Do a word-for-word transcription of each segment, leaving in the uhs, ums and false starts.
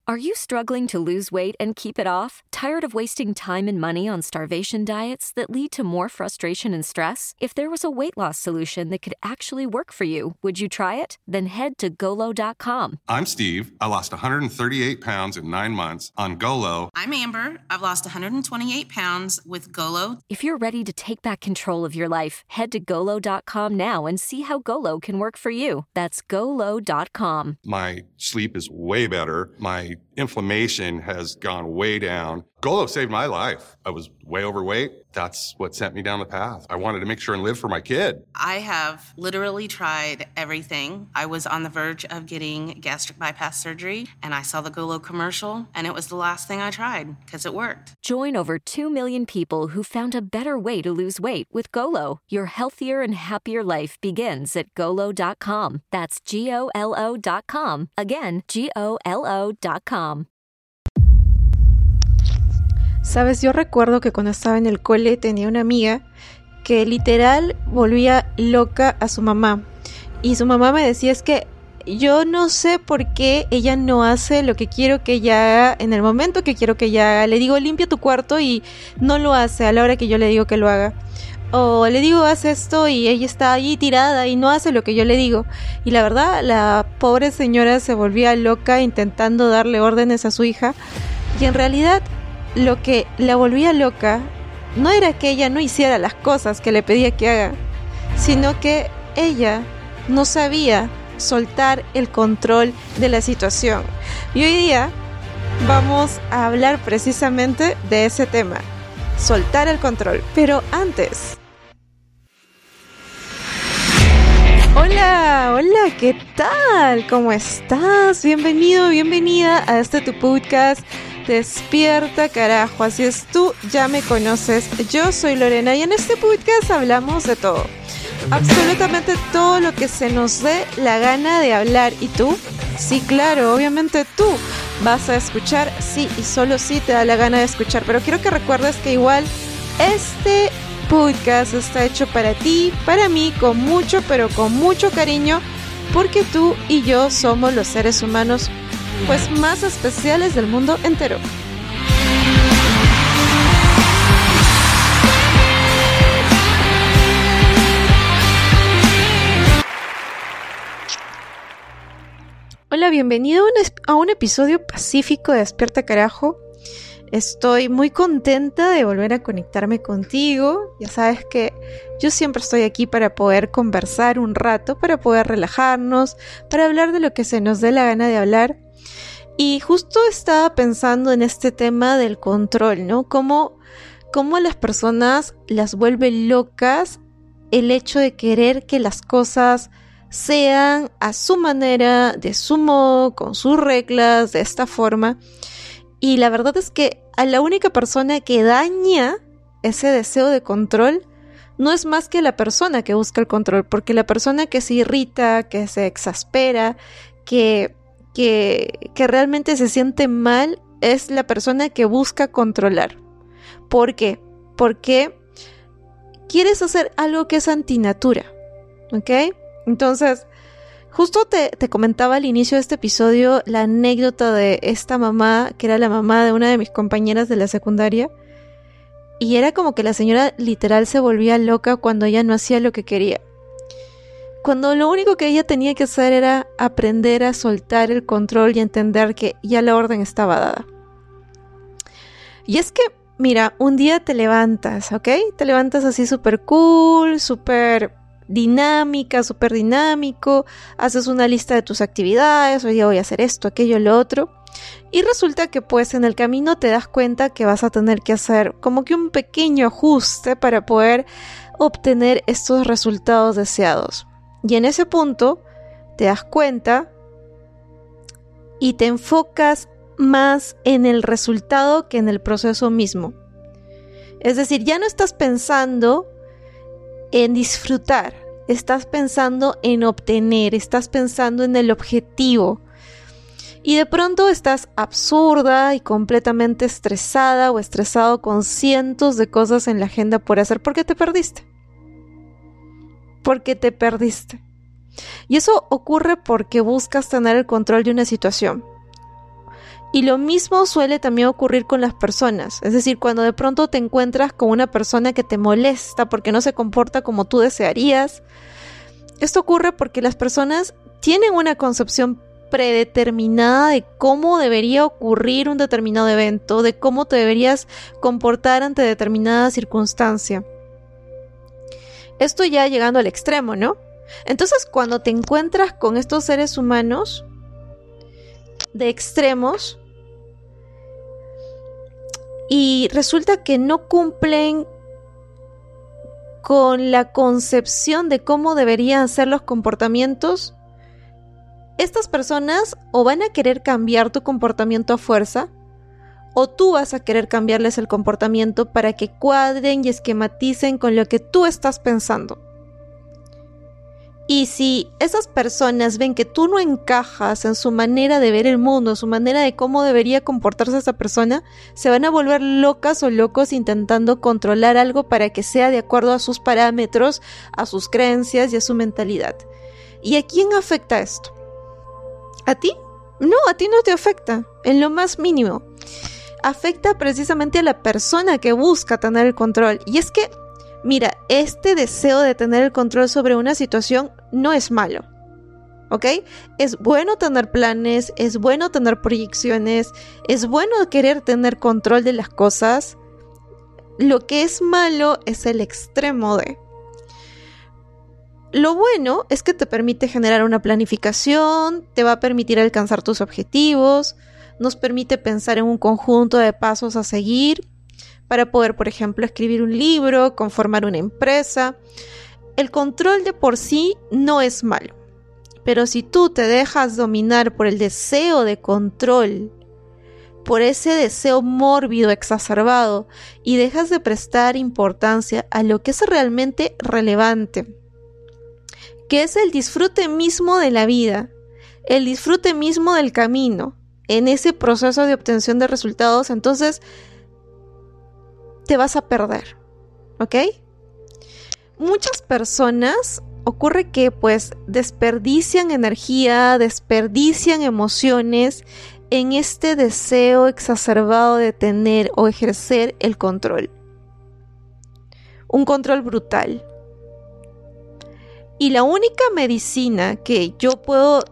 Are you struggling to lose weight and keep it off? Tired of wasting time and money on starvation diets that lead to more frustration and stress? If there was a weight loss solution that could actually work for you, would you try it? Then head to Golo dot com. I'm Steve. I lost one hundred thirty-eight pounds in nine months on Golo. I'm Amber. I've lost one hundred twenty-eight pounds with Golo. If you're ready to take back control of your life, head to Golo dot com now and see how Golo can work for you. That's Golo dot com. My sleep is way better. My inflammation has gone way down. Golo saved my life. I was way overweight. That's what sent me down the path. I wanted to make sure and live for my kid. I have literally tried everything. I was on the verge of getting gastric bypass surgery, and I saw the Golo commercial, and it was the last thing I tried because it worked. Join over two million people who found a better way to lose weight with Golo. Your healthier and happier life begins at Golo dot com. That's G O L O dot com. Again, G O L O dot com. Sabes, yo recuerdo que cuando estaba en el cole tenía una amiga que literal volvía loca a su mamá. Y su mamá me decía, es que yo no sé por qué ella no hace lo que quiero que ella haga en el momento que quiero que ella haga. Le digo, limpia tu cuarto y no lo hace a la hora que yo le digo que lo haga. O le digo, haz esto y ella está allí tirada y no hace lo que yo le digo. Y la verdad, la pobre señora se volvía loca intentando darle órdenes a su hija. Y en realidad, lo que la volvía loca no era que ella no hiciera las cosas que le pedía que haga, sino que ella no sabía soltar el control de la situación. Y hoy día vamos a hablar precisamente de ese tema, soltar el control. Pero antes... Hola, hola, ¿qué tal? ¿Cómo estás? Bienvenido, bienvenida a este tu podcast Despierta Carajo. Así es, tú ya me conoces. Yo soy Lorena y en este podcast hablamos de todo. Absolutamente todo lo que se nos dé la gana de hablar. ¿Y tú? Sí, claro, obviamente tú vas a escuchar, sí, y solo sí te da la gana de escuchar. Pero quiero que recuerdes que igual este podcast está hecho para ti, para mí, con mucho, pero con mucho cariño, porque tú y yo somos los seres humanos pues más especiales del mundo entero. Hola, bienvenido a un, es- a un episodio pacífico de Despierta Carajo. Estoy muy contenta de volver a conectarme contigo. Ya sabes que yo siempre estoy aquí para poder conversar un rato, para poder relajarnos, para hablar de lo que se nos dé la gana de hablar. Y justo estaba pensando en este tema del control, ¿no? Cómo, cómo a las personas las vuelve locas el hecho de querer que las cosas sean a su manera, de su modo, con sus reglas, de esta forma. Y la verdad es que a la única persona que daña ese deseo de control no es más que la persona que busca el control, porque la persona que se irrita, que se exaspera, que, que, que realmente se siente mal es la persona que busca controlar. ¿Por qué? Porque quieres hacer algo que es antinatura, ¿ok? Entonces, justo te, te comentaba al inicio de este episodio la anécdota de esta mamá, que era la mamá de una de mis compañeras de la secundaria, y era como que la señora literal se volvía loca cuando ella no hacía lo que quería. Cuando lo único que ella tenía que hacer era aprender a soltar el control y entender que ya la orden estaba dada. Y es que, mira, un día te levantas, ¿ok? Te levantas así súper cool, súper dinámica, súper dinámico, haces una lista de tus actividades, hoy día voy a hacer esto, aquello, lo otro, y resulta que pues en el camino te das cuenta que vas a tener que hacer como que un pequeño ajuste para poder obtener estos resultados deseados. Y en ese punto te das cuenta y te enfocas más en el resultado que en el proceso mismo. Es decir, ya no estás pensando en disfrutar, estás pensando en obtener, estás pensando en el objetivo. Y de pronto estás absurda y completamente estresada o estresado con cientos de cosas en la agenda por hacer porque te perdiste. Porque te perdiste. Y eso ocurre porque buscas tener el control de una situación. Y lo mismo suele también ocurrir con las personas. Es decir, cuando de pronto te encuentras con una persona que te molesta porque no se comporta como tú desearías. Esto ocurre porque las personas tienen una concepción predeterminada de cómo debería ocurrir un determinado evento, de cómo te deberías comportar ante determinada circunstancia. Esto ya llegando al extremo, ¿no? Entonces, cuando te encuentras con estos seres humanos de extremos y resulta que no cumplen con la concepción de cómo deberían ser los comportamientos, estas personas o van a querer cambiar tu comportamiento a fuerza, o tú vas a querer cambiarles el comportamiento para que cuadren y esquematicen con lo que tú estás pensando. Y si esas personas ven que tú no encajas en su manera de ver el mundo, en su manera de cómo debería comportarse esa persona, se van a volver locas o locos intentando controlar algo para que sea de acuerdo a sus parámetros, a sus creencias y a su mentalidad. ¿Y a quién afecta esto? ¿A ti? No, a ti no te afecta, en lo más mínimo. Afecta precisamente a la persona que busca tener el control. Y es que, mira, este deseo de tener el control sobre una situación no es malo, ¿ok? Es bueno tener planes, es bueno tener proyecciones, es bueno querer tener control de las cosas. Lo que es malo es el extremo de. Lo bueno es que te permite generar una planificación, te va a permitir alcanzar tus objetivos, nos permite pensar en un conjunto de pasos a seguir para poder, por ejemplo, escribir un libro, conformar una empresa. El control de por sí no es malo, pero si tú te dejas dominar por el deseo de control, por ese deseo mórbido exacerbado y dejas de prestar importancia a lo que es realmente relevante, que es el disfrute mismo de la vida, el disfrute mismo del camino, en ese proceso de obtención de resultados, entonces te vas a perder, ¿ok? Muchas personas ocurre que pues desperdician energía, desperdician emociones en este deseo exacerbado de tener o ejercer el control. Un control brutal. Y la única medicina que yo puedo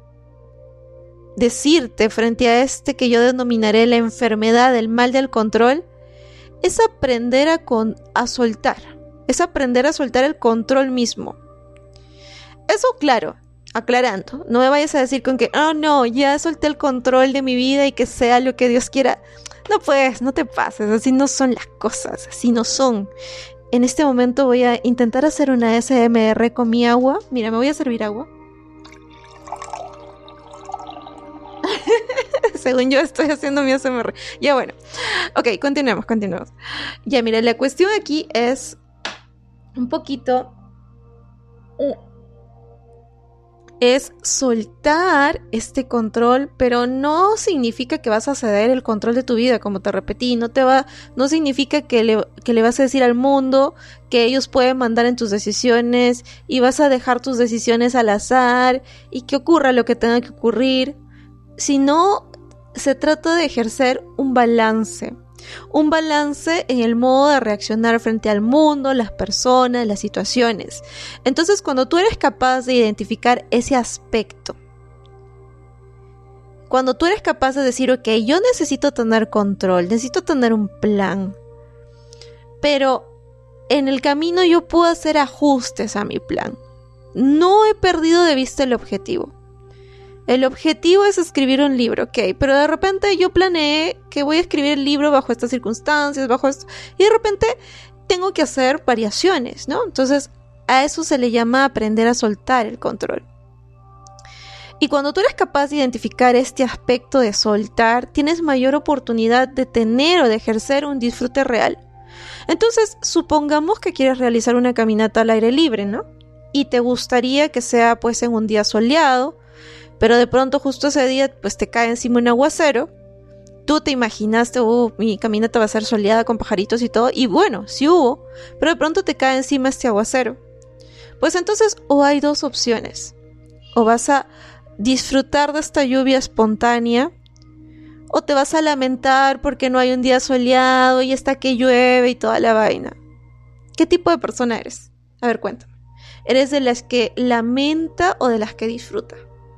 decirte frente a este que yo denominaré la enfermedad del mal del control es aprender a, con, a soltar, es aprender a soltar el control mismo. Eso claro, aclarando, no me vayas a decir con que, oh no, ya solté el control de mi vida y que sea lo que Dios quiera. No pues, no te pases, así no son las cosas, así no son. En este momento voy a intentar hacer una A S M R con mi agua. Mira, me voy a servir agua. Según yo estoy haciendo mi A S M R. Ya bueno. Ok, continuemos, continuemos. Ya mira, la cuestión aquí es un poquito... Es soltar este control, pero no significa que vas a ceder el control de tu vida, como te repetí. No te va, no significa que le, que le vas a decir al mundo que ellos pueden mandar en tus decisiones y vas a dejar tus decisiones al azar y que ocurra lo que tenga que ocurrir. Sino se trata de ejercer un balance. Un balance en el modo de reaccionar frente al mundo, las personas, las situaciones. Entonces, cuando tú eres capaz de identificar ese aspecto, cuando tú eres capaz de decir, ok, yo necesito tener control, necesito tener un plan, pero en el camino yo puedo hacer ajustes a mi plan. No he perdido de vista el objetivo. El objetivo es escribir un libro, ok, pero de repente yo planeé que voy a escribir el libro bajo estas circunstancias, bajo esto, y de repente tengo que hacer variaciones, ¿no? Entonces, a eso se le llama aprender a soltar el control. Y cuando tú eres capaz de identificar este aspecto de soltar, tienes mayor oportunidad de tener o de ejercer un disfrute real. Entonces, supongamos que quieres realizar una caminata al aire libre, ¿no? Y te gustaría que sea pues en un día soleado, pero de pronto justo ese día pues te cae encima un aguacero. Tú te imaginaste, oh, mi caminata va a ser soleada con pajaritos y todo, y bueno, sí hubo, pero de pronto te cae encima este aguacero. Pues entonces o hay dos opciones, o vas a disfrutar de esta lluvia espontánea, ¿O te vas a lamentar porque no hay un día soleado y está que llueve y toda la vaina? ¿Qué tipo de persona eres? A ver, cuéntame. ¿Eres de las que lamenta o de las que disfruta?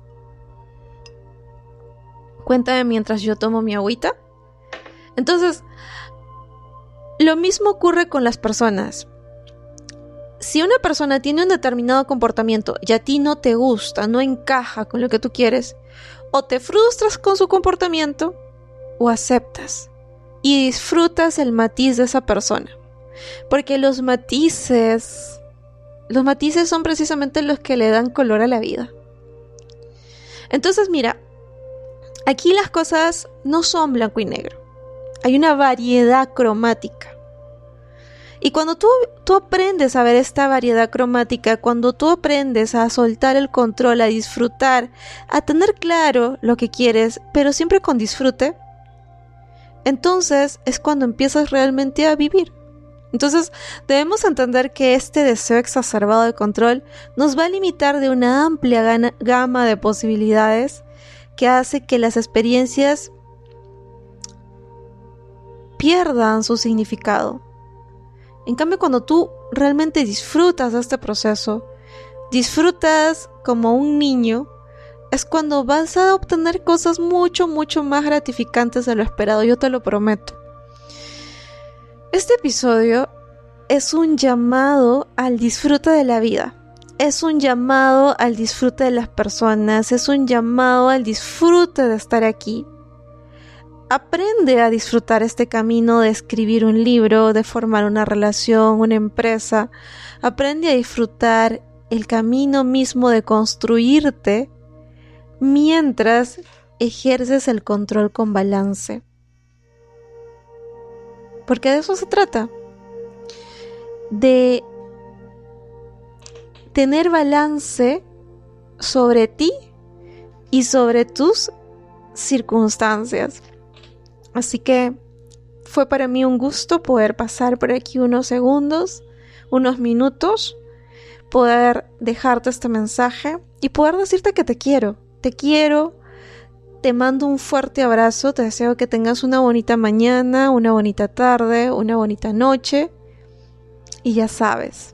Cuéntame mientras yo tomo mi agüita. Entonces, lo mismo ocurre con las personas. Si una persona tiene un determinado comportamiento y a ti no te gusta, no encaja con lo que tú quieres, o te frustras con su comportamiento, o aceptas y disfrutas el matiz de esa persona. Porque los matices, los matices son precisamente los que le dan color a la vida. Entonces, mira, aquí las cosas no son blanco y negro. Hay una variedad cromática. Y cuando tú, tú aprendes a ver esta variedad cromática, cuando tú aprendes a soltar el control, a disfrutar, a tener claro lo que quieres, pero siempre con disfrute, entonces es cuando empiezas realmente a vivir. Entonces debemos entender que este deseo exacerbado de control nos va a limitar de una amplia gana, gama de posibilidades que hace que las experiencias pierdan su significado. En cambio, cuando tú realmente disfrutas de este proceso, disfrutas como un niño, es cuando vas a obtener cosas mucho, mucho más gratificantes de lo esperado, yo te lo prometo. Este episodio es un llamado al disfrute de la vida, es un llamado al disfrute de las personas, es un llamado al disfrute de estar aquí. Aprende a disfrutar este camino de escribir un libro, de formar una relación, una empresa. Aprende a disfrutar el camino mismo de construirte mientras ejerces el control con balance. Porque de eso se trata. De tener balance sobre ti y sobre tus circunstancias. Así que fue para mí un gusto poder pasar por aquí unos segundos, unos minutos, poder dejarte este mensaje y poder decirte que te quiero, te quiero, te mando un fuerte abrazo, te deseo que tengas una bonita mañana, una bonita tarde, una bonita noche y ya sabes.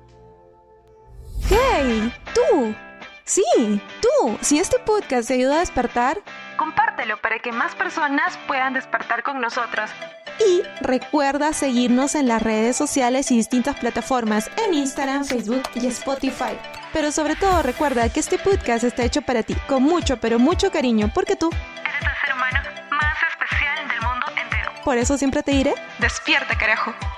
¡Hey! ¡Tú! Sí, tú. Si este podcast te ayuda a despertar, compártelo para que más personas puedan despertar con nosotros. Y recuerda seguirnos en las redes sociales y distintas plataformas en Instagram, Facebook y Spotify. Pero sobre todo recuerda que este podcast está hecho para ti, con mucho pero mucho cariño, porque tú eres el ser humano más especial del mundo entero. Por eso siempre te diré, despierta, carajo.